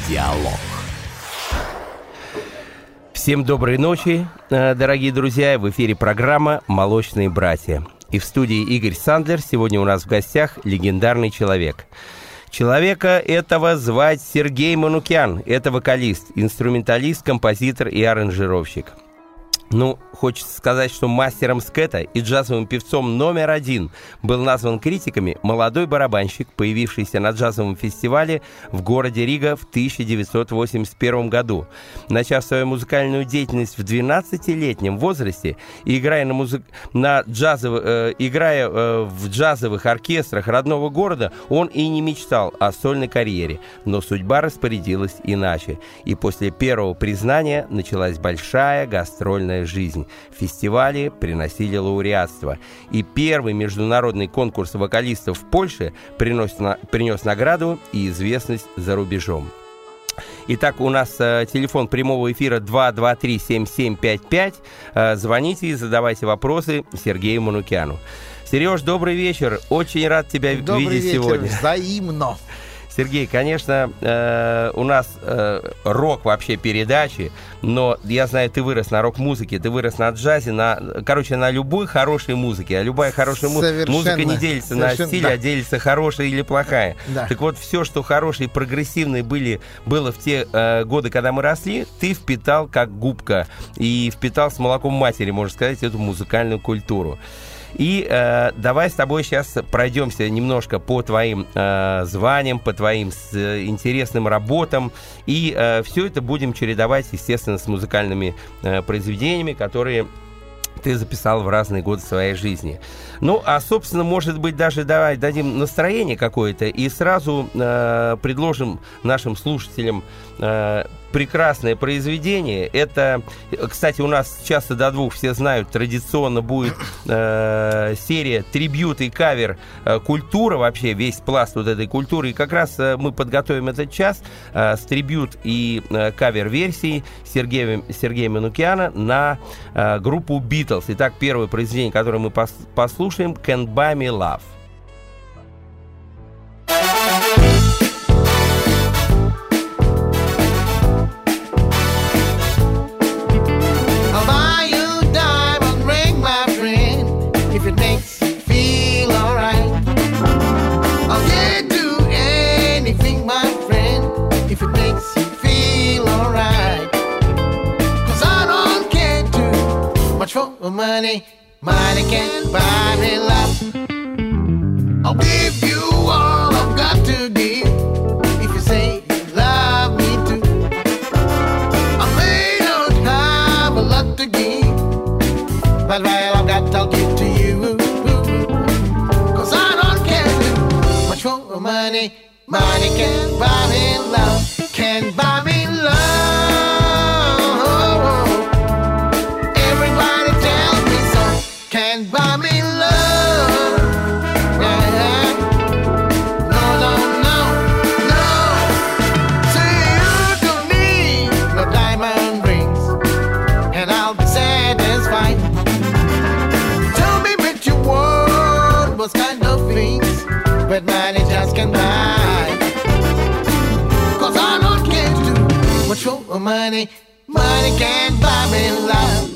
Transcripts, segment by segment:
Диалог. Всем доброй ночи, дорогие друзья. В эфире программа «Молочные братья». И в студии Игорь Сандлер. Сегодня у нас в гостях легендарный человек. Человека этого звать Сергей Манукян. Это вокалист, инструменталист, композитор и аранжировщик. Ну, хочется сказать, что мастером скэта и джазовым певцом номер один был назван критиками молодой барабанщик, появившийся на джазовом фестивале в городе Рига в 1981 году. Начав свою музыкальную деятельность в 12-летнем возрасте и играя в джазовых оркестрах родного города, он и не мечтал о сольной карьере. Но судьба распорядилась иначе. И после первого признания началась большая гастрольная жизнь. Фестивали приносили лауреатство. И первый международный конкурс вокалистов в Польше принес награду и известность за рубежом. Итак, у нас телефон прямого эфира 223-7755. Звоните и задавайте вопросы Сергею Манукяну. Сереж, добрый вечер. Очень рад тебя видеть сегодня. Взаимно. Сергей, конечно, у нас рок вообще передачи, но я знаю, ты вырос на рок-музыке, ты вырос на джазе, на любой хорошей музыке. А любая хорошая музыка не делится на стиль, да, а делится хорошая или плохая. Да. Так вот, все, что хорошее и прогрессивное было в те годы, когда мы росли, ты впитал как губка и впитал с молоком матери, можно сказать, эту музыкальную культуру. И давай с тобой сейчас пройдемся немножко по твоим званиям, по твоим интересным работам. И все это будем чередовать, естественно, с музыкальными произведениями, которые ты записал в разные годы своей жизни. Ну, а, собственно, может быть, даже давай дадим настроение какое-то и сразу предложим нашим слушателям прекрасное произведение. Это, кстати, у нас с часа до двух, все знают, традиционно будет серия трибьют и кавер культура, вообще весь пласт вот этой культуры. И как раз мы подготовим этот час с трибьют и кавер-версией Сергея Манукяна на группу Beatles. Итак, первое произведение, которое мы послушаем, «Can't Buy Me Love». Money can't buy me love. I'll give you all I've got to give if you say you love me too. I may not have a lot to give, but what I've got I'll give to you. 'Cause I don't care too much for money. Money can't buy me love. Can't buy me love. Can't buy me love, yeah. No, no, no, no. Say you don't need no diamond rings, and I'll be satisfied. Tell me what you want, what kind of things, but money just can't buy. 'Cause I don't care too much for money. Money can't buy me love.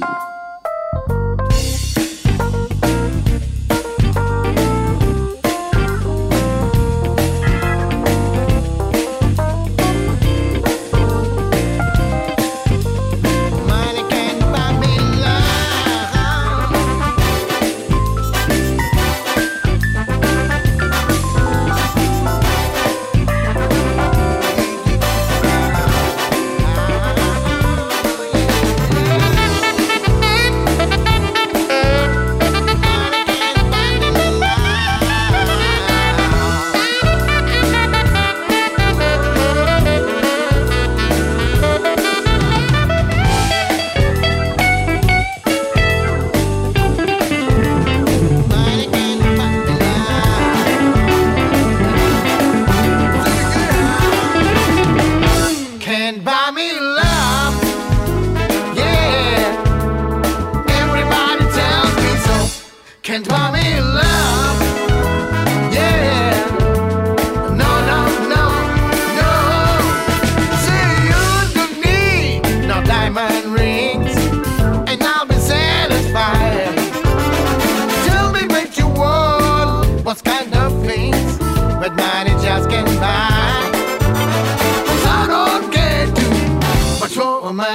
Can't buy me love, yeah. No, no, no, no.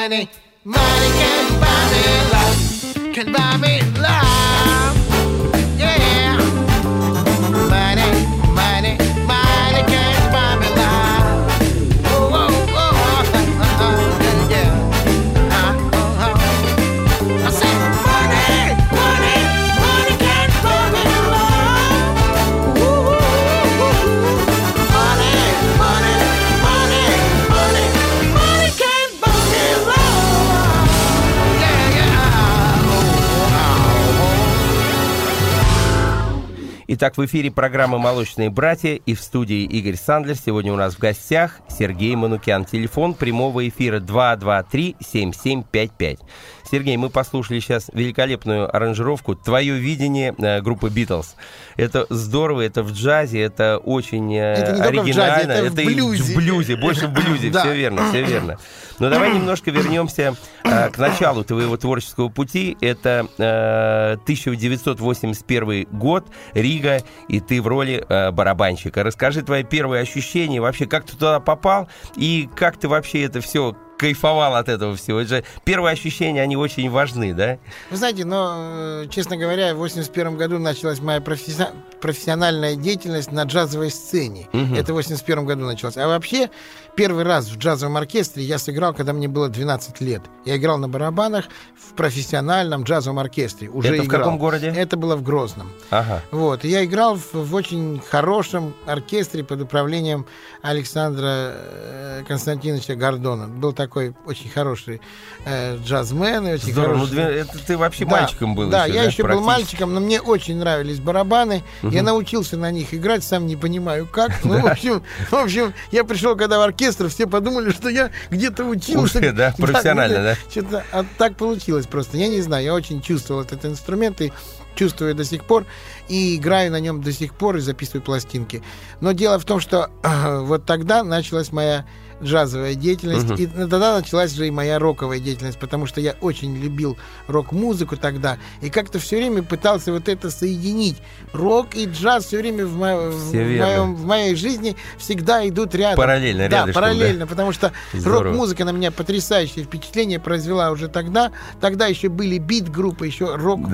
money, money can buy me love, can buy me love. Yeah, money, money, money can buy me love. Oh, oh, oh, yeah. I said money, money, money can buy me love. Ooh, money, money, money, money, money can buy me love. Yeah, yeah. Итак, в эфире программа «Молочные братья» и в студии Игорь Сандлер. Сегодня у нас в гостях Сергей Манукян. Телефон прямого эфира 223-7755. Сергей, мы послушали сейчас великолепную аранжировку «Твое видение» группы «Битлз». Это здорово, это в джазе, это очень оригинально. Это в блюзе. В блюзе, больше в блюзе, все верно, все верно. Но давай немножко вернемся к началу твоего творческого пути. Это 1981 год, Рига, и ты в роли барабанщика. Расскажи твои первые ощущения, вообще, как ты туда попал, и как ты вообще это все кайфовал от этого всего. Это же первые ощущения, они очень важны, да? Вы знаете, но, честно говоря, в 81 году началась моя профессиональная деятельность на джазовой сцене. Это в 81 году началось. А вообще, первый раз в джазовом оркестре я сыграл, когда мне было 12 лет. Я играл на барабанах в профессиональном джазовом оркестре. Уже это играл. В каком городе? Это было в Грозном. Ага. Вот. И я играл в очень хорошем оркестре под управлением Александра Константиновича Гордона. Был такой очень хороший джазмен. И очень здорово. хороший... Ну, это ты вообще мальчиком был. Да, еще, я еще был практически? мальчиком, но мне очень нравились барабаны. Я научился на них играть, сам не понимаю как. Ну, в общем, я пришел когда в оркестр, все подумали, что я где-то учился. Уже, да, профессионально, да? Что-то так получилось просто. Я не знаю, я очень чувствовал этот инструмент и чувствую до сих пор, и играю на нем до сих пор, и записываю пластинки. Но дело в том, что вот тогда началась моя джазовая деятельность, и тогда началась же и моя роковая деятельность, потому что я очень любил рок-музыку тогда, и как-то все время пытался вот это соединить. Рок и джаз все время в моей жизни всегда идут рядом. Параллельно, да, рядышком, параллельно, да? потому что рок-музыка на меня потрясающее впечатление произвела уже тогда. Тогда еще были бит-группы, еще рок-групп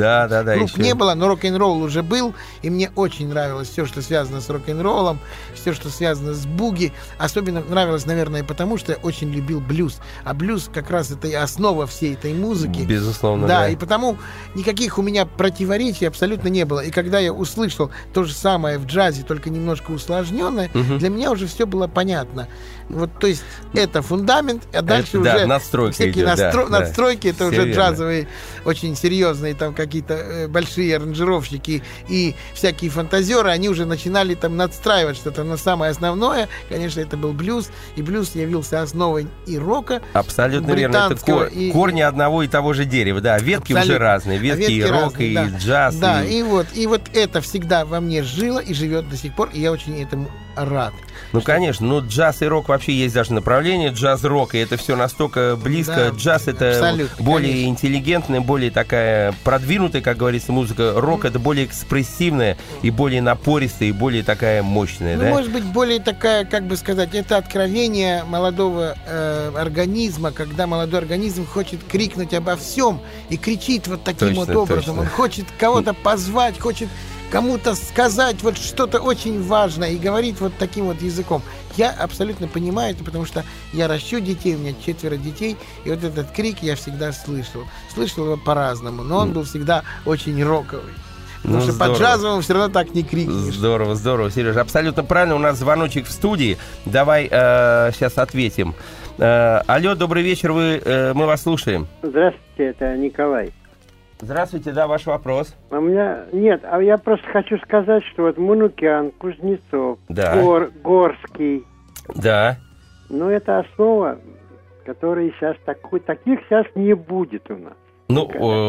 не было, но рок-н-ролл уже был, и мне очень нравилось все, что связано с рок-н-роллом, все, что связано с буги. Особенно нравилось, наверное, потому что я очень любил блюз. А блюз как раз это и основа всей этой музыки. Безусловно, да. И потому никаких у меня противоречий абсолютно не было. И когда я услышал то же самое в джазе, только немножко усложненное, для меня уже все было понятно. Вот, то есть это фундамент, а дальше это, уже надстройка всякие идет, надстройки, это все уже верно. Джазовые, очень серьезные там какие-то большие аранжировщики и всякие фантазеры, они уже начинали там надстраивать что-то. Но самое основное, конечно, это был блюз, и блюз явился основой и рока. Абсолютно верно, это корни одного и того же дерева, да, ветки уже разные, ветки и рок, разные, и джаз. Да, и вот это всегда во мне жило и живет до сих пор, и я очень этому рад. Ну, конечно, ну, джаз и рок вообще есть даже направление, джаз-рок, и это все настолько близко. Да, джаз — это более интеллигентная, более такая продвинутая, как говорится, музыка. Рок — это более экспрессивная и более напористая, и более такая мощная, да? Может быть, более такая, как бы сказать, это откровение молодого организма, когда молодой организм хочет крикнуть обо всем и кричит вот таким вот образом. Он хочет кого-то позвать, хочет кому-то сказать вот что-то очень важное и говорить вот таким вот языком. Я абсолютно понимаю это, потому что я ращу детей, у меня 4 детей, и вот этот крик я всегда слышал. Слышал его по-разному, но он был всегда очень роковый. Потому что по джазовому все равно так не крикнешь. Здорово, здорово, Сережа. Абсолютно правильно. У нас звоночек в студии. Давай сейчас ответим. Алло, добрый вечер, мы вас слушаем. Здравствуйте, это Николай. Здравствуйте, да, ваш вопрос. У меня нет, а я просто хочу сказать, что вот Манукян, Кузнецов, да. Горский. Да. Ну, это основа, которая сейчас таких сейчас не будет у нас. Ну,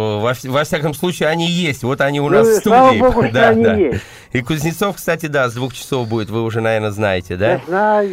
во всяком случае, они есть. Вот они у нас в студии. Слава богу, что они есть. И Кузнецов, кстати, да, с 2 часов будет, вы уже, наверное, знаете, да? Я знаю,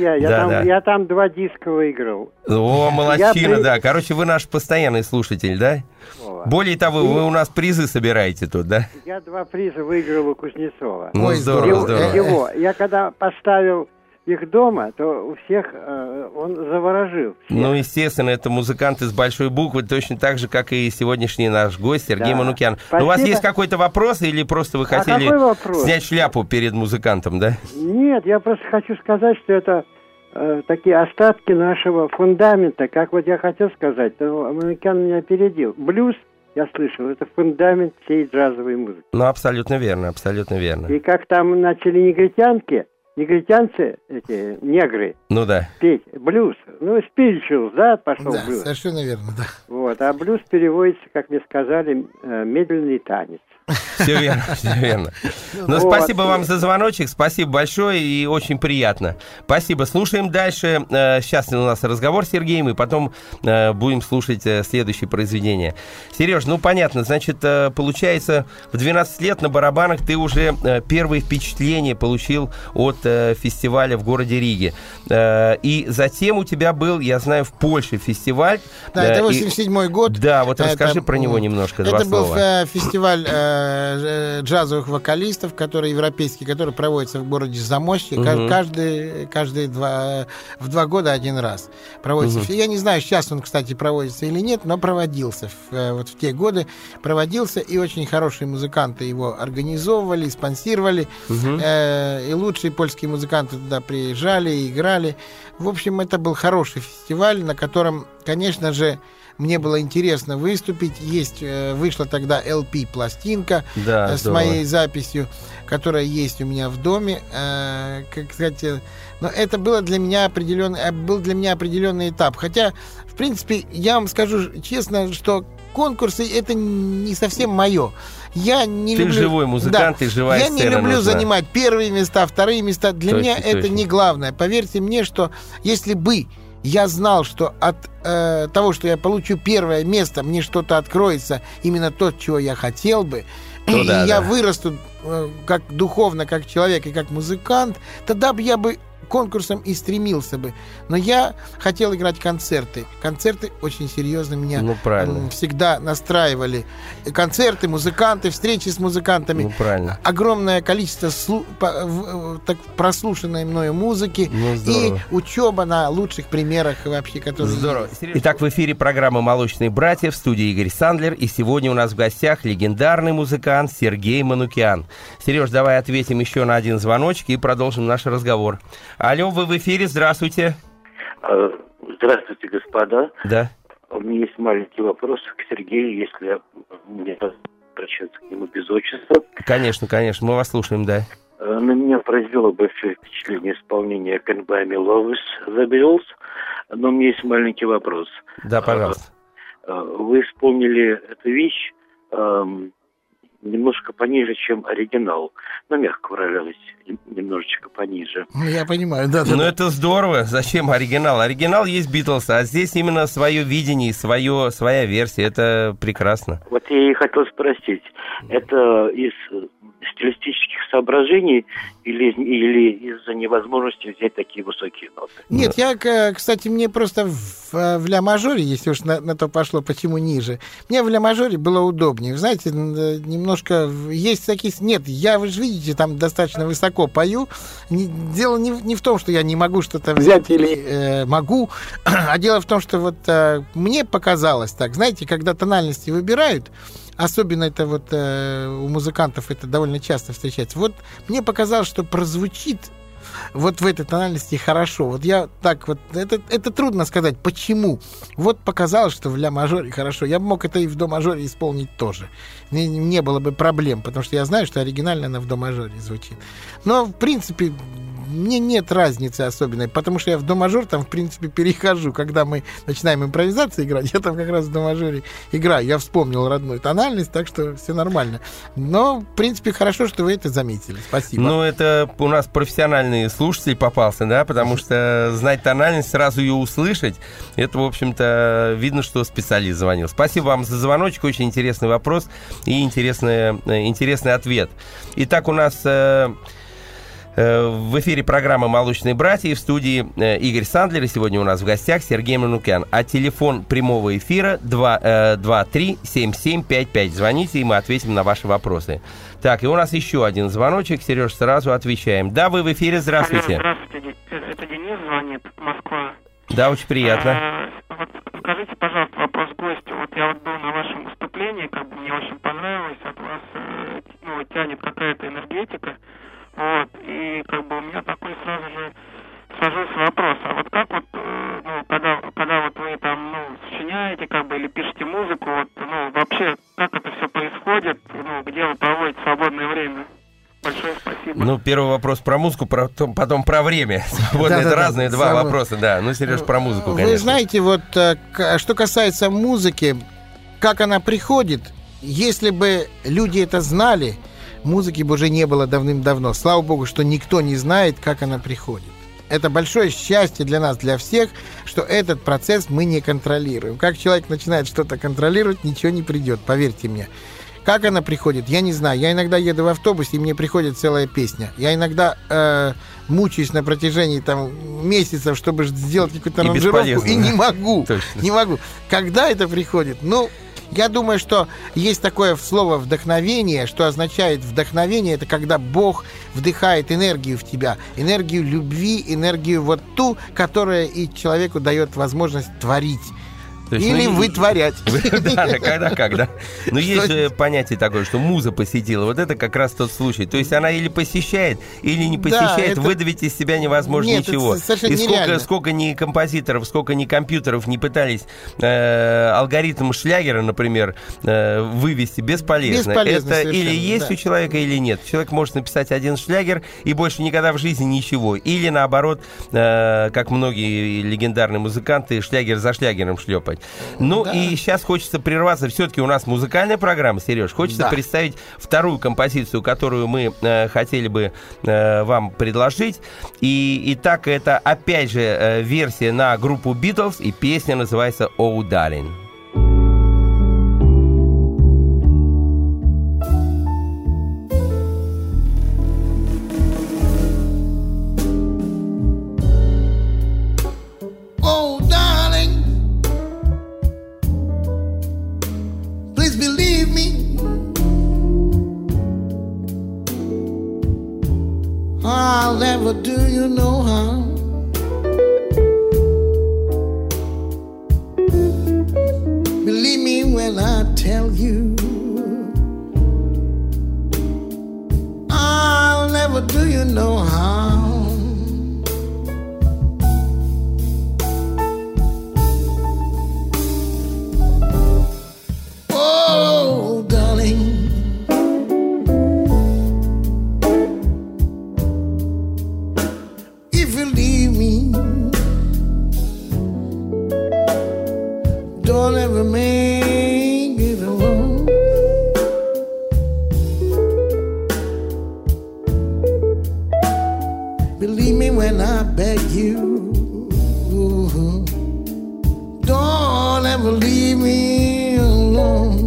я там 2 диска выиграл. О, молодчина, да. Короче, вы наш постоянный слушатель, да? Более того, вы у нас призы собираете тут, да? Я 2 приза выиграл у Кузнецова. Ну, здорово, здорово. Я когда поставил их дома, то у всех он заворожил. Всех. Ну, естественно, это музыканты с большой буквы, точно так же, как и сегодняшний наш гость Сергей Манукян. У вас есть какой-то вопрос или просто вы хотели снять шляпу перед музыкантом, да? Нет, я просто хочу сказать, что это такие остатки нашего фундамента. Как вот я хотел сказать, но Манукян меня опередил. Блюз, я слышал, это фундамент всей джазовой музыки. Ну, абсолютно верно, абсолютно верно. И как там начали негритянцы, эти негры, ну да, петь блюз. Ну, spirituals, да, пошел да, блюз. Совершенно верно, да. Вот, а блюз переводится, как мне сказали, медленный танец. Все верно, все верно. Ну, вот. Спасибо вам за звоночек, спасибо большое и очень приятно. Спасибо. Слушаем дальше. Сейчас у нас разговор с Сергеем, и потом будем слушать следующее произведение. Сереж, ну понятно, значит, получается, в 12 лет на барабанах ты уже первые впечатления получил от фестиваля в городе Риге. И затем у тебя был, я знаю, в Польше фестиваль. Да, это 87-й год. Да, вот расскажи про него немножко, два слова. Это был фестиваль джазовых вокалистов, который европейский, который проводится в городе Замостье, каждые в 2 года один раз проводится. Я не знаю, сейчас он, кстати, проводится или нет, но проводился вот в те годы, проводился, и очень хорошие музыканты его организовывали, спонсировали, и лучшие польские музыканты туда приезжали, играли. В общем, это был хороший фестиваль, на котором, конечно же, мне было интересно выступить. Вышла тогда LP-пластинка с моей записью, которая есть у меня в доме. Кстати, но это был для меня определенный этап. Хотя, в принципе, я вам скажу честно, что конкурсы — это не совсем мое. Я не ты люблю... живой музыкант, ты живая сцена. Я не люблю занимать первые места, вторые места. Для меня это не главное. Поверьте мне, что если бы я знал, что от того, что я получу первое место, мне что-то откроется, именно то, чего я хотел бы, и я вырасту как духовно, как человек и как музыкант, тогда бы я бы конкурсом и стремился бы. Но я хотел играть концерты. Концерты очень серьезно меня всегда настраивали. Концерты, музыканты, встречи с музыкантами. Огромное количество прослушанной мною музыки и учеба на лучших примерах вообще, которые... Здорово. Итак, в эфире программа «Молочные братья», в студии Игорь Сандлер, и сегодня у нас в гостях легендарный музыкант Сергей Манукян. Сереж, давай ответим еще на один звоночек и продолжим наш разговор. Алло, вы в эфире, здравствуйте. Здравствуйте, господа. Да. У меня есть маленький вопрос к Сергею, если мне обращаться к нему без отчества. Конечно, конечно, мы вас слушаем, да. На меня произвело большое впечатление исполнения Can't Buy Me Love with the Beatles, но у меня есть маленький вопрос. Да, пожалуйста. Вы исполнили эту вещь немножко пониже, чем оригинал. Но, мягко выражаясь, немножечко пониже. Я понимаю, да. Но это здорово. Зачем оригинал? Оригинал есть Битлз, а здесь именно свое видение, своя версия. Это прекрасно. Вот я и хотел спросить. Это из стилистических соображений или из-за невозможности взять такие высокие ноты? Нет, я, кстати, мне просто в ля-мажоре, если уж на то пошло, почему ниже, мне в ля-мажоре было удобнее. Вы знаете, немножко есть такие... Нет, вы же видите, там достаточно высоко пою. Дело не в том, что я не могу что-то взять или могу, а дело в том, что вот мне показалось так, знаете, когда тональности выбирают, особенно это вот у музыкантов это довольно часто встречается. Вот мне показалось, что прозвучит вот в этой тональности хорошо. Вот я так вот... Это трудно сказать, почему. Вот показалось, что в ля-мажоре хорошо. Я бы мог это и в до-мажоре исполнить тоже. Не было бы проблем, потому что я знаю, что оригинально она в до-мажоре звучит. Но, в принципе, мне нет разницы особенной, потому что я в до-мажор там, в принципе, перехожу. Когда мы начинаем импровизацию играть, я там как раз в до-мажоре играю. Я вспомнил родную тональность, так что все нормально. Но, в принципе, хорошо, что вы это заметили. Спасибо. Ну, это у нас профессиональный слушатель попался, да, потому что знать тональность, сразу ее услышать, это, в общем-то, видно, что специалист звонил. Спасибо вам за звоночек, очень интересный вопрос и интересный ответ. Итак, у нас... в эфире программа «Молочные братья», и в студии Игорь Сандлер, и сегодня у нас в гостях Сергей Манукян. А телефон прямого эфира 223-7755. Звоните, и мы ответим на ваши вопросы. Так, и у нас еще один звоночек. Сереж, сразу отвечаем. Да, вы в эфире, здравствуйте. Здравствуйте, это Москва. Да, очень приятно. Вот скажите, пожалуйста, вопрос гостю. Вот я вот был на вашем выступлении, как бы мне очень понравилось, от вас тянет какая-то энергетика. Вот, и как бы у меня такой сразу же сложился вопрос, а вот как вот, когда вот вы там, сочиняете, как бы, или пишете музыку, вот, вообще, как это все происходит, где вы проводите свободное время? Большое спасибо. Первый вопрос про музыку, потом про время. Вот это разные два вопроса, да. Сереж, про музыку, конечно. Вы знаете, вот что касается музыки, как она приходит, если бы люди это знали, музыки бы уже не было давным-давно. Слава богу, что никто не знает, как она приходит. Это большое счастье для нас, для всех, что этот процесс мы не контролируем. Как человек начинает что-то контролировать, ничего не придет, поверьте мне. Как она приходит, я не знаю. Я иногда еду в автобусе, и мне приходит целая песня. Я иногда мучаюсь на протяжении месяцев, чтобы сделать какую-то аранжировку, и не могу. Не могу. Когда это приходит? Я думаю, что есть такое слово «вдохновение», что означает вдохновение. Это когда Бог вдыхает энергию в тебя, энергию любви, энергию вот ту, которая и человеку дает возможность творить. Или вытворять. Да, когда. Но есть же понятие такое, что муза посетила. Вот это как раз тот случай. То есть она или посещает, или не посещает. Выдавить из себя невозможно ничего. И сколько ни композиторов, сколько ни компьютеров не пытались алгоритм шлягера, например, вывести, бесполезно. Это или есть у человека, или нет. Человек может написать один шлягер и больше никогда в жизни ничего. Или наоборот, как многие легендарные музыканты, шлягер за шлягером шлепать. И сейчас хочется прерваться. Все-таки у нас музыкальная программа, Сереж. Хочется представить вторую композицию, которую мы хотели бы вам предложить. И так это, опять же, версия на группу Beatles, и песня называется «Oh, Darling». I'll never do you no harm. Believe me when I tell you, I'll never do you no harm. Oh, darling, don't ever make it alone. Believe me when I beg you, don't ever leave me alone.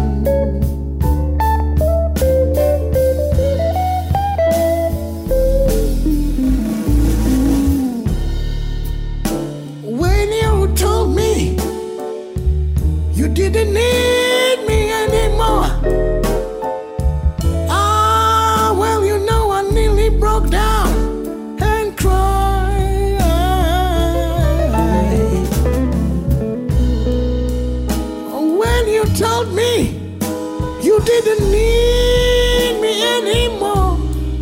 When you told me you didn't need me anymore, well, you know I nearly broke down and cried. When you told me you didn't need me anymore,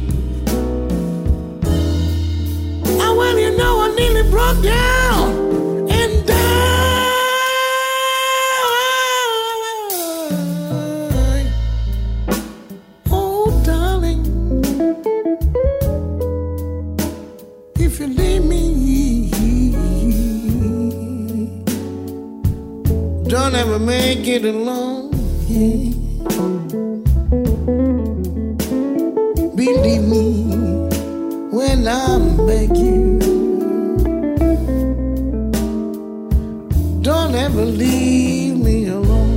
well, you know I nearly broke down and died. Oh, darling, if you leave me, don't ever make it alone. Yeah. Believe me when I beg you, don't ever leave me alone.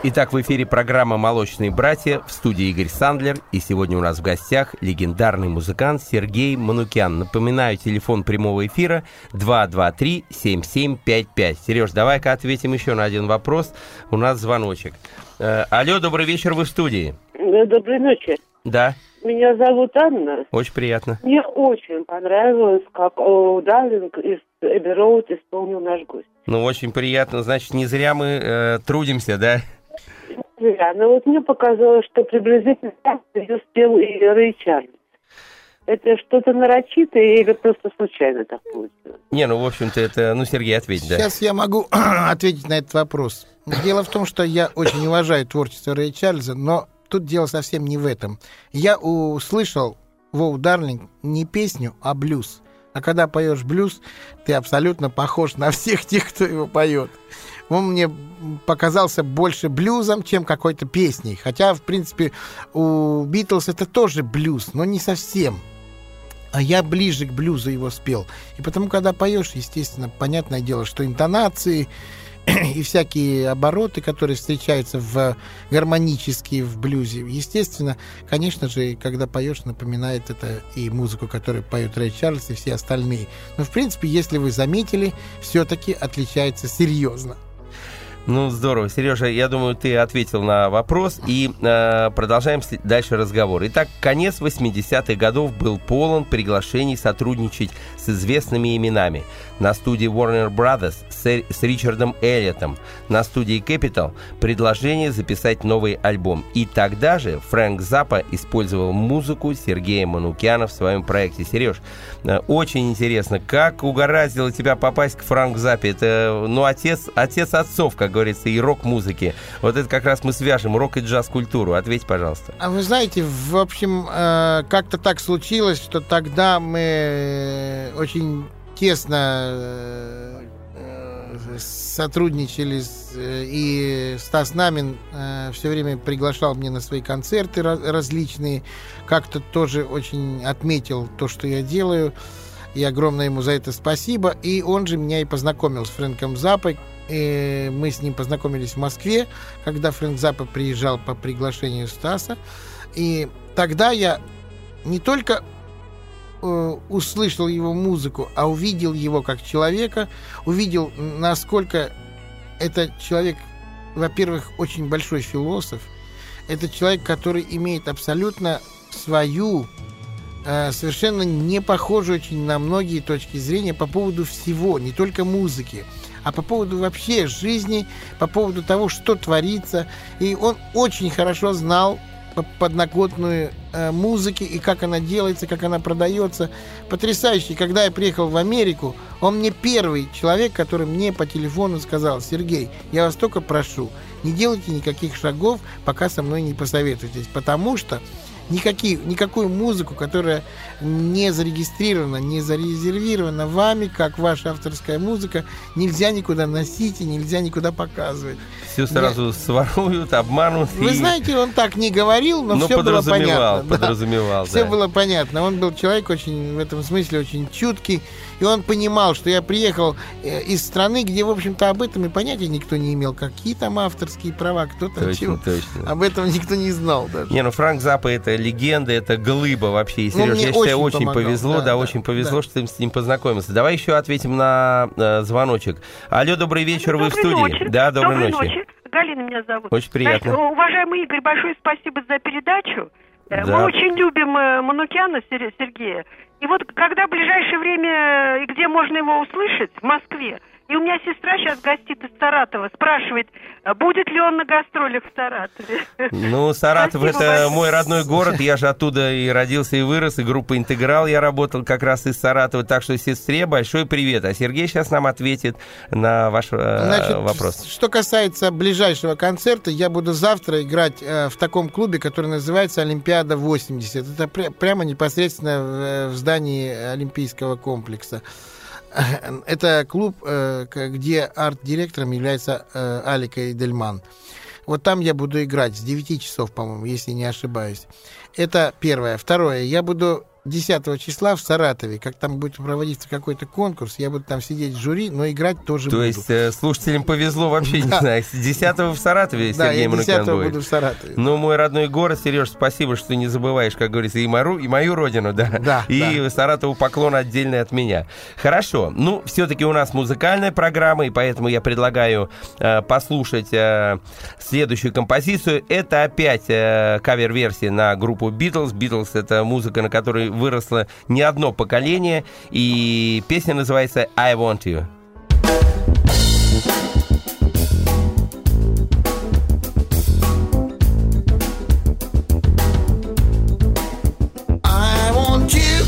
Итак, в эфире программа «Молочные братья», в студии Игорь Сандлер, и сегодня у нас в гостях легендарный музыкант Сергей Манукян. Напоминаю, телефон прямого эфира 223-7755. Сереж, давай-ка ответим еще на один вопрос. У нас звоночек. Алло, добрый вечер, вы в студии. Доброй ночи. Да. Меня зовут Анна. Очень приятно. Мне очень понравилось, как Дарлинг из Эбби Роуд исполнил наш гость. Ну, очень приятно. Значит, не зря мы трудимся, да? Да, но вот мне показалось, что приблизительно так ее спел и Рэй Чарльз. Это что-то нарочитое или просто случайно так получилось? Не, ну, в общем-то, это... Ну, Сергей, ответь, да. Сейчас я могу ответить на этот вопрос. Дело в том, что я очень уважаю творчество Рэя Чарльза, но тут дело совсем не в этом. Я услышал в Дарлинг не песню, а блюз. А когда поешь блюз, ты абсолютно похож на всех тех, кто его поет. Он мне показался больше блюзом, чем какой-то песней. Хотя, в принципе, у Битлз это тоже блюз, но не совсем. А я ближе к блюзу его спел. И потому, когда поешь, естественно, понятное дело, что интонации и всякие обороты, которые встречаются гармонические в блюзе, естественно, конечно же, когда поешь, напоминает это и музыку, которую поет Рэй Чарльз и все остальные. Но, в принципе, если вы заметили, все-таки отличается серьезно. Ну, здорово. Сережа, я думаю, ты ответил на вопрос, и продолжаем дальше разговор. Итак, конец 80-х годов был полон приглашений сотрудничать с известными именами. На студии Warner Brothers с Ричардом Эллиотом, на студии Capitol предложение записать новый альбом. И тогда же Фрэнк Заппа использовал музыку Сергея Манукяна в своем проекте. Сереж, очень интересно, как угораздило тебя попасть к Фрэнку Заппе? Это, ну, отец отцов, как говорится, и рок-музыки. Вот это как раз мы свяжем рок и джаз-культуру. Ответь, пожалуйста. А вы знаете, в общем, как-то так случилось, что тогда мы очень тесно сотрудничали, и Стас Намин все время приглашал меня на свои концерты различные, как-то тоже очень отметил то, что я делаю, и огромное ему за это спасибо. И он же меня и познакомил с Фрэнком Заппой. И мы с ним познакомились в Москве, когда Фрэнк Заппа приезжал по приглашению Стаса. И тогда я не только услышал его музыку, а увидел его как человека, увидел, насколько этот человек, во-первых, очень большой философ. Это человек, который имеет абсолютно свою, совершенно не похожую очень на многие точки зрения по поводу всего, не только музыки, а по поводу вообще жизни, по поводу того, что творится. И он очень хорошо знал подноготную музыки и как она делается, как она продается. Потрясающе. Когда я приехал в Америку, он мне первый человек, который мне по телефону сказал: Сергей, я вас только прошу, не делайте никаких шагов, пока со мной не посоветуетесь, потому что никакую музыку, которая не зарегистрирована, не зарезервирована вами, как ваша авторская музыка, нельзя никуда носить и нельзя никуда показывать. Все сразу своруют, обманут. Вы знаете, он так не говорил, но все было понятно. Подразумевал, да. Все было понятно. Он был человек очень, в этом смысле, очень чуткий, и он понимал, что я приехал из страны, где, в общем-то, об этом и понятия никто не имел. Какие там авторские права, кто там чего. Точно. Об этом никто не знал даже. Не, ну Фрэнк Заппа — это легенда, это глыба вообще. И, Сереж, я считаю, очень повезло, очень повезло, что ты с ним познакомился. Давай еще ответим на звоночек. Алло, добрый вечер, вы в студии. Ночи. Да, доброй ночи. Галина меня зовут. Очень приятно. Знаете, уважаемый Игорь, большое спасибо за передачу. Да. Мы очень любим Манукяна Сергея. И вот когда в ближайшее время, и где можно его услышать, в Москве, и у меня сестра сейчас гостит из Саратова, спрашивает, будет ли он на гастролях в Саратове. Ну, Саратов — Спасибо это большое. мой родной город, я же оттуда и родился, и вырос, и группа «Интеграл» я работал как раз из Саратова, так что сестре большой привет. А Сергей сейчас нам ответит на ваш вопрос. Что касается ближайшего концерта, я буду завтра играть в таком клубе, который называется «Олимпиада-80». Это прямо непосредственно в здании Олимпийского комплекса. Это клуб, где арт-директором является Алика Эдельман. Вот там я буду играть с 9 часов, по-моему, если не ошибаюсь. Это первое. Второе. Я буду 10 числа в Саратове, как там будет проводиться какой-то конкурс, я буду там сидеть в жюри, но играть тоже буду. То есть слушателям повезло вообще, не знаю. 10-го в Саратове Сергей Манукян будет. Да, я 10-го буду в Саратове. Ну, мой родной город, Сереж, спасибо, что ты не забываешь, как говорится, и мою родину, да. Да. И Саратову поклон отдельный от меня. Хорошо. Ну, все-таки у нас музыкальная программа, и поэтому я предлагаю послушать следующую композицию. Это опять кавер-версия на группу Beatles. Beatles — это музыка, на которой выросло не одно поколение, и песня называется «I Want You». I want you.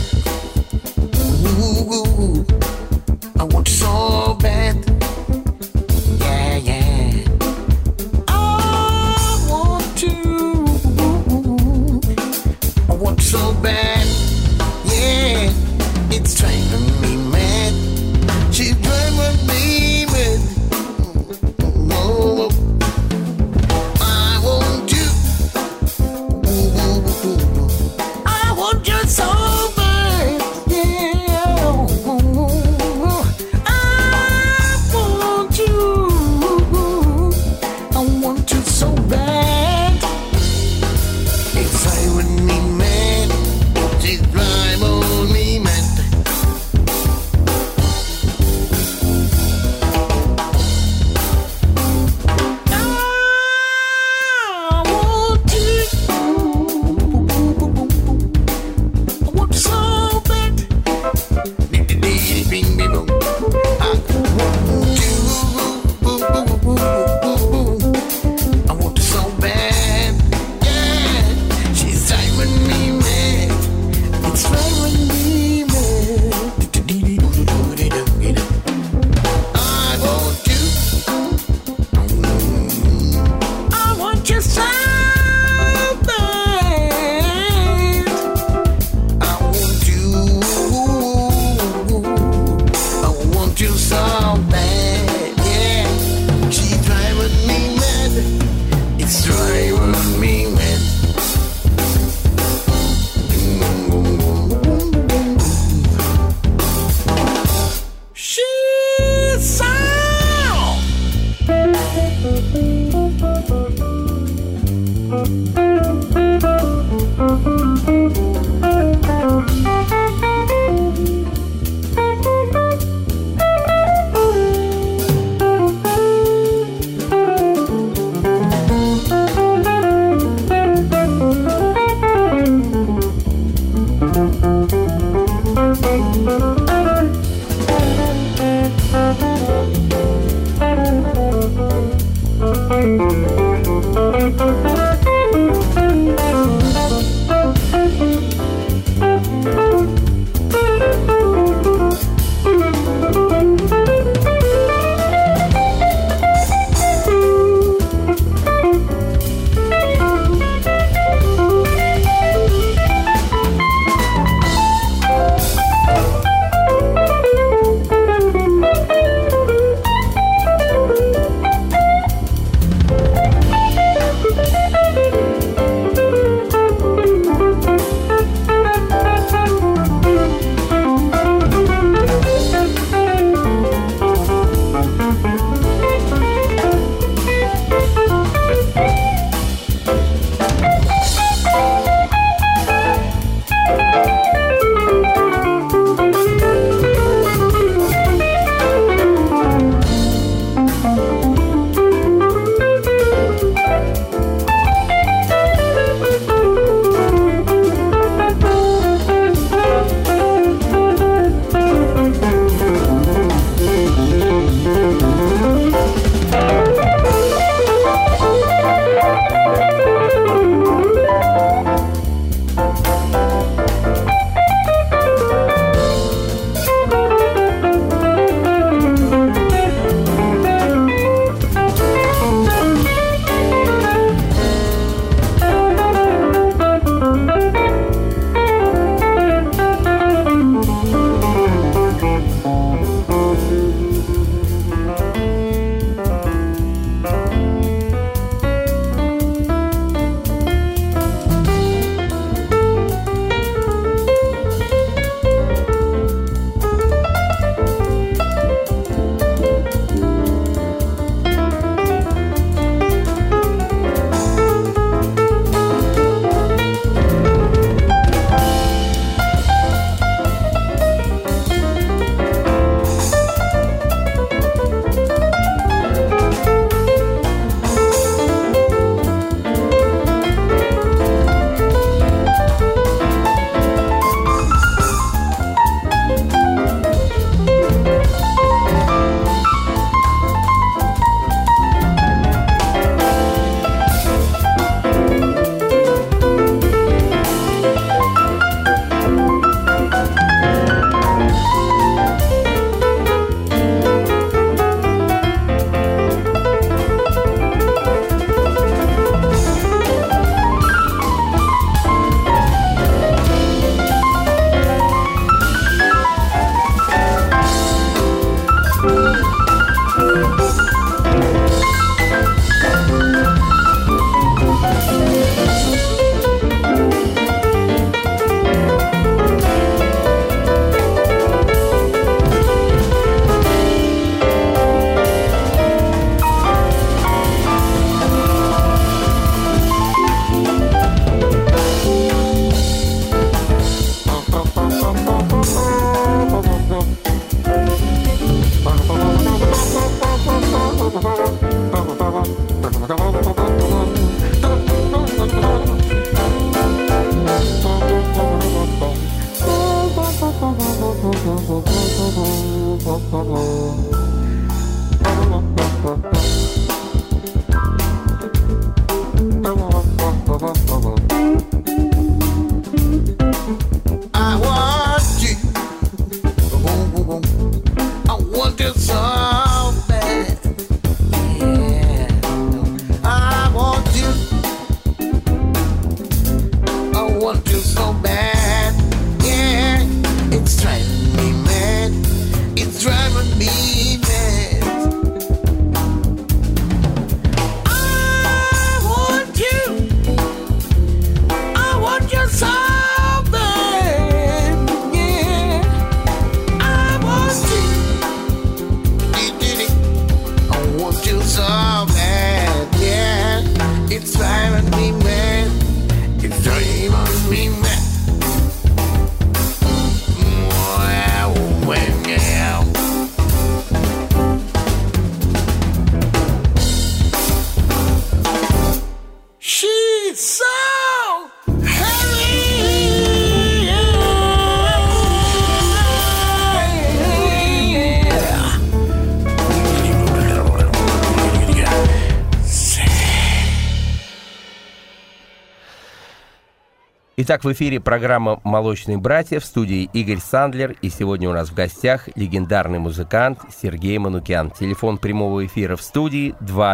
Ooh, I want you so bad. Yeah, yeah. I want you. I want you so bad. Yeah, it's driving me mad. She's Итак, в эфире программа «Молочные братья», в студии Игорь Сандлер, и сегодня у нас в гостях легендарный музыкант Сергей Манукян. Телефон прямого эфира в студии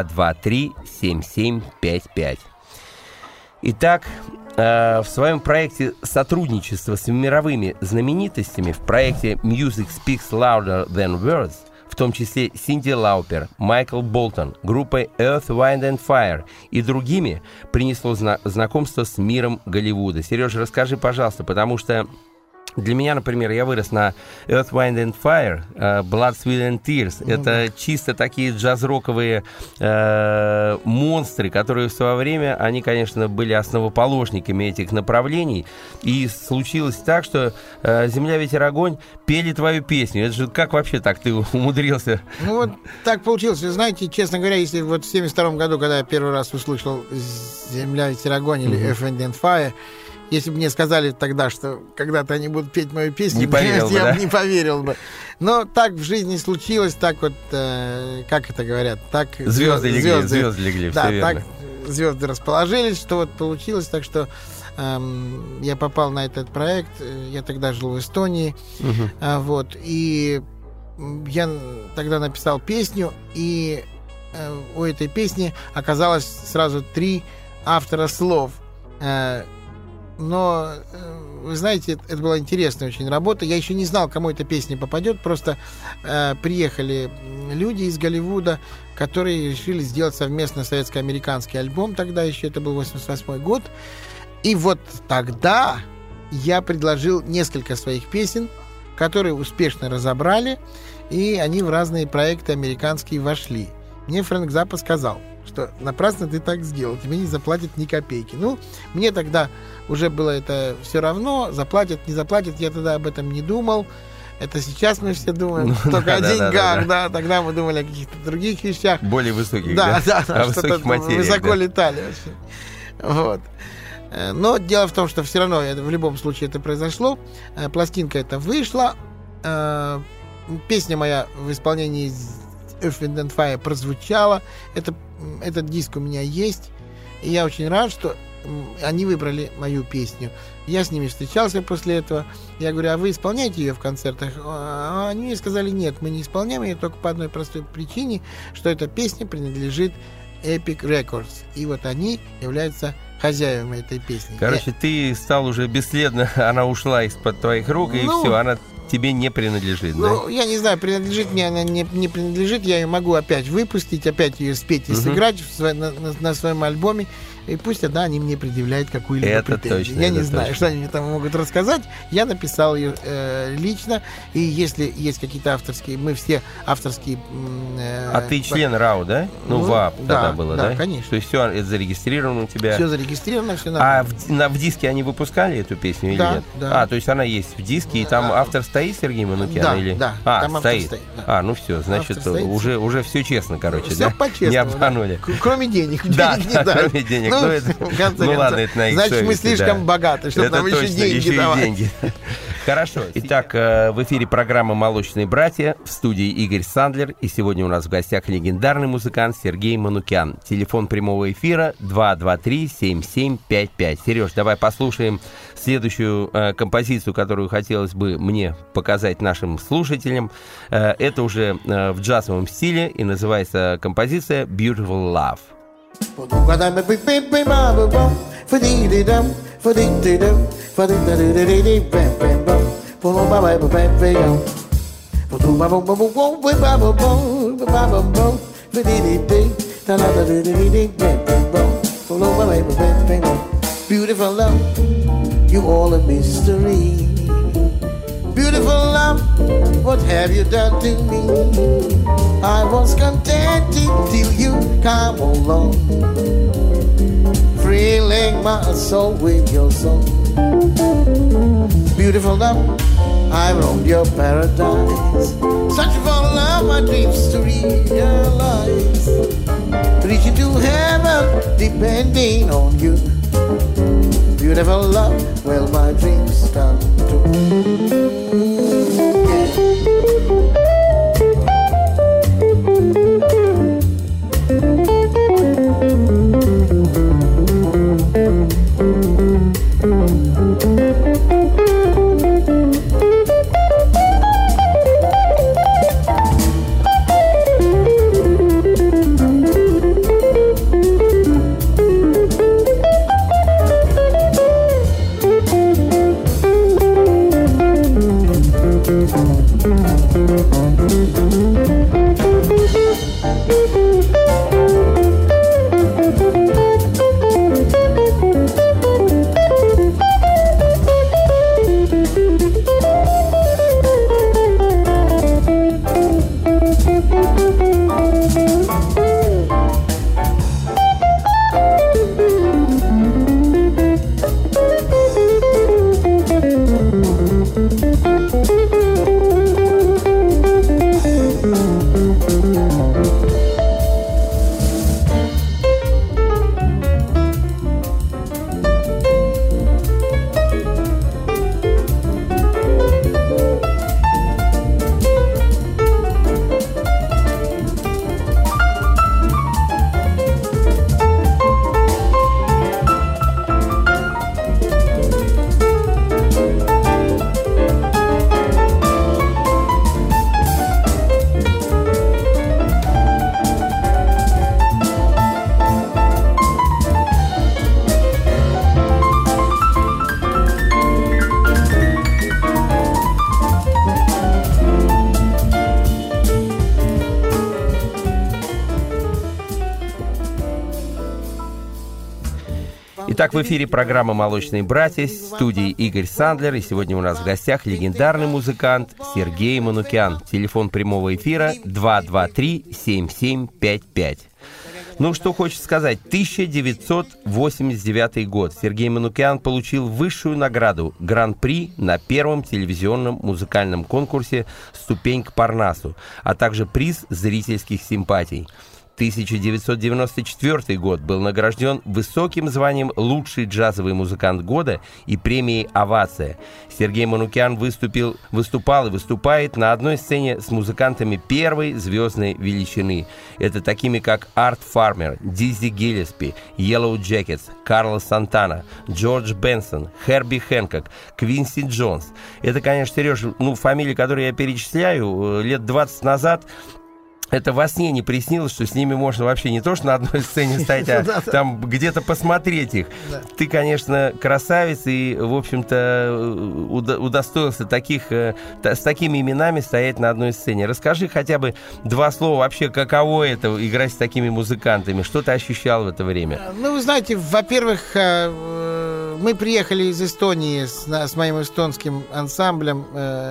223-7755. Итак, в своем проекте сотрудничества с мировыми знаменитостями, в проекте «Music Speaks Louder Than Words», в том числе Синди Лаупер, Майкл Болтон, группой Earth, Wind and Fire и другими, принесло знакомство с миром Голливуда. Сережа, расскажи, пожалуйста, потому что для меня, например, я вырос на Earth, Wind and Fire, Blood, Sweat and Tears. Это чисто такие джаз-роковые монстры, которые в свое время, они, конечно, были основоположниками этих направлений. И случилось так, что «Земля, ветер, огонь» пели твою песню. Это же как вообще так ты умудрился? Ну вот так получилось. Вы знаете, честно говоря, если вот в 72 году, когда я первый раз услышал «Земля, ветер, огонь» или Earth, Wind and Fire, если бы мне сказали тогда, что когда-то они будут петь мою песню, я бы не поверил бы. Но так в жизни случилось, так вот, как это говорят, так звезды легли, да, все верно. Так звезды расположились, что вот получилось, так что я попал на этот проект. Я тогда жил в Эстонии, вот, и я тогда написал песню, и у этой песни оказалось сразу 3 автора слов. Но, вы знаете, это была интересная очень работа. Я еще не знал, кому эта песня попадет. Просто приехали люди из Голливуда, которые решили сделать совместно советско-американский альбом. Тогда еще это был 88 год. И вот тогда я предложил несколько своих песен, которые успешно разобрали, и они в разные проекты американские вошли. Мне Фрэнк Заппа сказал, что напрасно ты так сделал, тебе не заплатят ни копейки. Ну, мне тогда уже было это все равно, заплатят, не заплатят, я тогда об этом не думал. Это сейчас мы все думаем только о деньгах, да, тогда мы думали о каких-то других вещах. Более высоких, да, о высоких материях. Высоко летали вообще. Вот. Но дело в том, что все равно в любом случае это произошло. Пластинка эта вышла. Песня моя в исполнении Earth, Wind and Fire прозвучала. Этот диск у меня есть. И я очень рад, что они выбрали мою песню. Я с ними встречался после этого. Я говорю, а вы исполняете ее в концертах? А они мне сказали, нет, мы не исполняем ее только по одной простой причине, что эта песня принадлежит Epic Records. И вот они являются хозяевами этой песни. Короче, ты стал уже бесследно, она ушла из-под твоих рук, и все, она тебе не принадлежит, да? Ну, я не знаю, принадлежит мне она, не принадлежит. Я ее могу опять выпустить, опять ее спеть и сыграть на своем альбоме. И пусть они мне предъявляют какую-либо претензию. Точно, я не знаю, что они мне там могут рассказать. Я написал ее лично. И если есть какие-то авторские, мы все авторские... А ты член РАУ, да? Ну, ВАП тогда было, да? Да, конечно. То есть все это зарегистрировано у тебя? Все зарегистрировано, все нормально. А в диске они выпускали эту песню или нет? Да. А, то есть она есть в диске, и там автор стоит, Сергей Манукян? Да, там стоит. Да. Ну все, значит, уже все честно, короче, все да? по-честному. Не обманули. Да. Кроме денег. Да, кроме денег. Ну ладно, это на их значит, совести, мы слишком богаты, чтобы нам еще деньги давать. Хорошо. Итак, в эфире программа «Молочные братья», в студии Игорь Сандлер, и сегодня у нас в гостях легендарный музыкант Сергей Манукян. Телефон прямого эфира 223-7755. Сереж, давай послушаем следующую композицию, которую хотелось бы мне показать нашим слушателям. Это уже в джазовом стиле, и называется композиция «Beautiful Love». Beautiful love, you all a mystery. Beautiful love, what have you done to me? I was contented till you come along, thrilling my soul with your song. Beautiful love, I roamed your paradise, searching for love, my dreams to realize, reaching to heaven, depending on you. Beautiful love, well, my dreams come true. Yeah. Итак, в эфире программа «Молочные братья», в студии Игорь Сандлер, и сегодня у нас в гостях легендарный музыкант Сергей Манукян. Телефон прямого эфира 223-7755. Ну, что хочется сказать. 1989 год. Сергей Манукян получил высшую награду – Гран-при на первом телевизионном музыкальном конкурсе «Ступень к Парнасу», а также приз зрительских симпатий. 1994 год был награжден высоким званием «Лучший джазовый музыкант года» и премией «Овация». Сергей Манукян выступал и выступает на одной сцене с музыкантами первой звездной величины. Это такими, как Арт Фармер, Дизи Гиллеспи, Yellow Jackets, Карлос Сантана, Джордж Бенсон, Херби Хэнкок, Квинси Джонс. Это, конечно, Сереж, фамилии, которые я перечисляю, лет 20 назад... Это во сне не приснилось, что с ними можно вообще не то, что на одной сцене стоять, а там где-то посмотреть их. Ты, конечно, красавец и, в общем-то, удостоился с такими именами стоять на одной сцене. Расскажи хотя бы два слова вообще, каково это играть с такими музыкантами, что ты ощущал в это время? Ну, вы знаете, во-первых, мы приехали из Эстонии с моим эстонским ансамблем,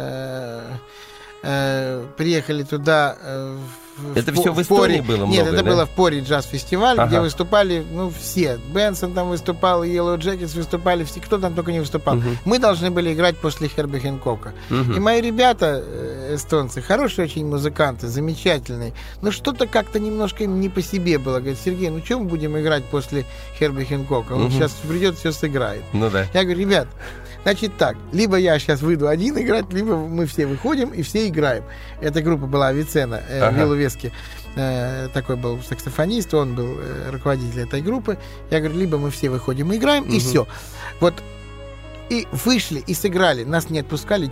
приехали туда. Это все в Эстонии было много? Нет, это было в Поре джаз-фестиваль, где выступали, все. Бенсон там выступал, Yellow Jackets выступали, все, кто там только не выступал. Мы должны были играть после Херби Хэнкока. И мои ребята, эстонцы, хорошие очень музыканты, замечательные, но что-то как-то немножко им не по себе было. Говорят: Сергей, ну что мы будем играть после Херби Хэнкока? Он сейчас придет, все сыграет. Ну да. Я говорю: ребят, значит так, либо я сейчас выйду один играть, либо мы все выходим и все играем. Эта группа была Авиценна, Виловески, такой был саксофонист, он был руководитель этой группы. Я говорю: либо мы все выходим и играем, и все. Вот, и вышли, и сыграли. Нас не отпускали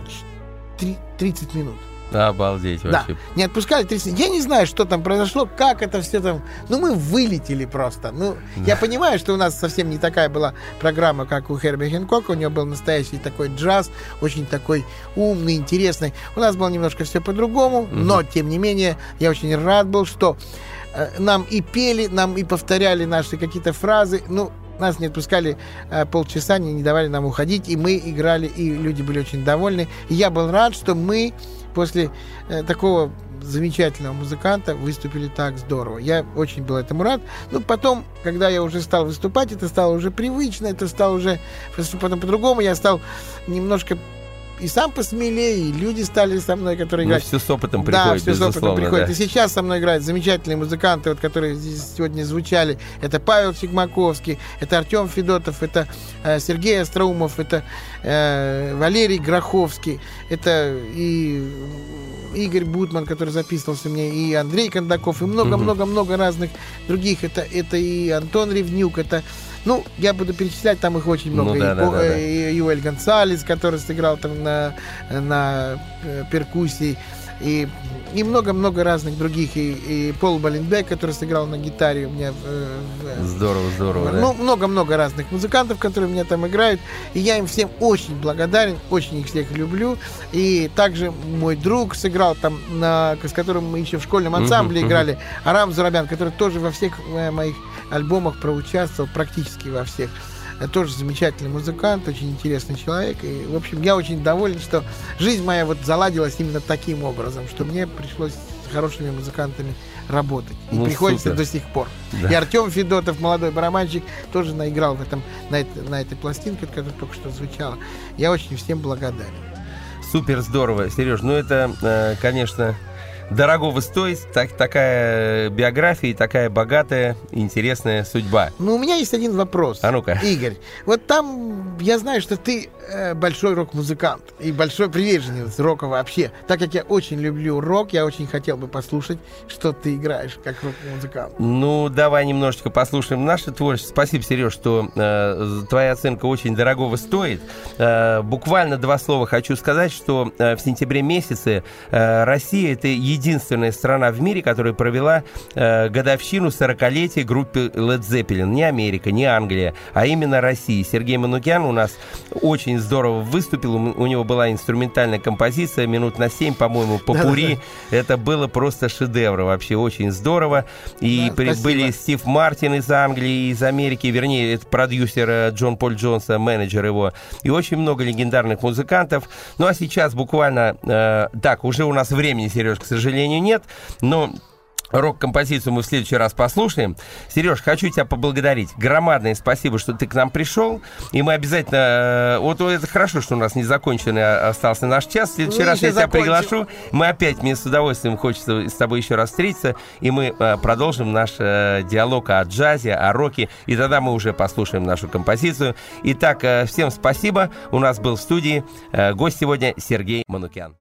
30 минут. Обалдеть вообще. Да, не отпускали 30. Я не знаю, что там произошло, как это все там. Ну, мы вылетели просто. Ну, я понимаю, что у нас совсем не такая была программа, как у Херби Хэнкока. У него был настоящий такой джаз, очень такой умный, интересный. У нас было немножко все по-другому, но, тем не менее, я очень рад был, что нам и пели, нам и повторяли наши какие-то фразы. Ну, нас не отпускали полчаса, не давали нам уходить, и мы играли, и люди были очень довольны. И я был рад, что мы после такого замечательного музыканта выступили так здорово. Я очень был этому рад. Ну, потом, когда я уже стал выступать, это стало уже привычно, это стало уже потом по-другому. Я стал немножко и сам посмелее, и люди стали со мной, которые играют. Все с опытом приходит, все с опытом приходит. Да. И сейчас со мной играют замечательные музыканты, вот, которые здесь сегодня звучали. Это Павел Чекмаковский, это Артем Федотов, это Сергей Остроумов, это Валерий Гроховский, это и Игорь Бутман, который записывался мне, и Андрей Кондаков, и много-много-много разных других. Это и Антон Ревнюк, это... Ну, я буду перечислять, там их очень много. И Юэль Гонсалес, который сыграл там на перкуссии. и много-много разных других, и Пол Баленбек, который сыграл на гитаре у меня. Здорово, да. Ну, много-много разных музыкантов, которые у меня там играют, и я им всем очень благодарен, очень их всех люблю, и также мой друг сыграл там, с которым мы еще в школьном ансамбле играли, Арам Зурабян, который тоже во всех моих альбомах проучаствовал, практически во всех. Тоже замечательный музыкант, очень интересный человек. И, в общем, я очень доволен, что жизнь моя вот заладилась именно таким образом, что мне пришлось с хорошими музыкантами работать. И приходится супер. до сих пор. Да. И Артем Федотов, молодой барабанщик, тоже наиграл на этой пластинке, которая только что звучала. Я очень всем благодарен. Супер здорово, Сереж. Ну, это, конечно, дорогого стоит. Такая биография и такая богатая, интересная судьба. Ну, у меня есть один вопрос. А ну-ка. Игорь, вот там я знаю, что ты большой рок-музыкант и большой приверженец рока вообще. Так как я очень люблю рок, я очень хотел бы послушать, что ты играешь как рок-музыкант. Ну, давай немножечко послушаем наше творчество. Спасибо, Сереж, что твоя оценка очень дорогого стоит. Буквально 2 слова хочу сказать, что в сентябре месяце Россия — это единственная страна в мире, которая провела годовщину 40-летия группы Led Zeppelin. Не Америка, не Англия, а именно Россия. Сергей Манукян у нас очень здорово выступил. У него была инструментальная композиция минут на 7, по-моему, попурри. Это было просто шедевр. Вообще очень здорово. И были Стив Мартин из Англии, из Америки, вернее, это продюсер Джон Пол Джонса, менеджер его. И очень много легендарных музыкантов. Ну, а сейчас буквально... так, уже у нас времени, Сереж, к сожалению, нет, но рок-композицию мы в следующий раз послушаем. Сереж, хочу тебя поблагодарить. Громадное спасибо, что ты к нам пришел. И мы обязательно... Вот это хорошо, что у нас не законченный остался наш час. В следующий раз я тебя приглашу. Мне с удовольствием хочется с тобой еще раз встретиться. И мы продолжим наш диалог о джазе, о роке. И тогда мы уже послушаем нашу композицию. Итак, всем спасибо. У нас был в студии гость сегодня Сергей Манукян.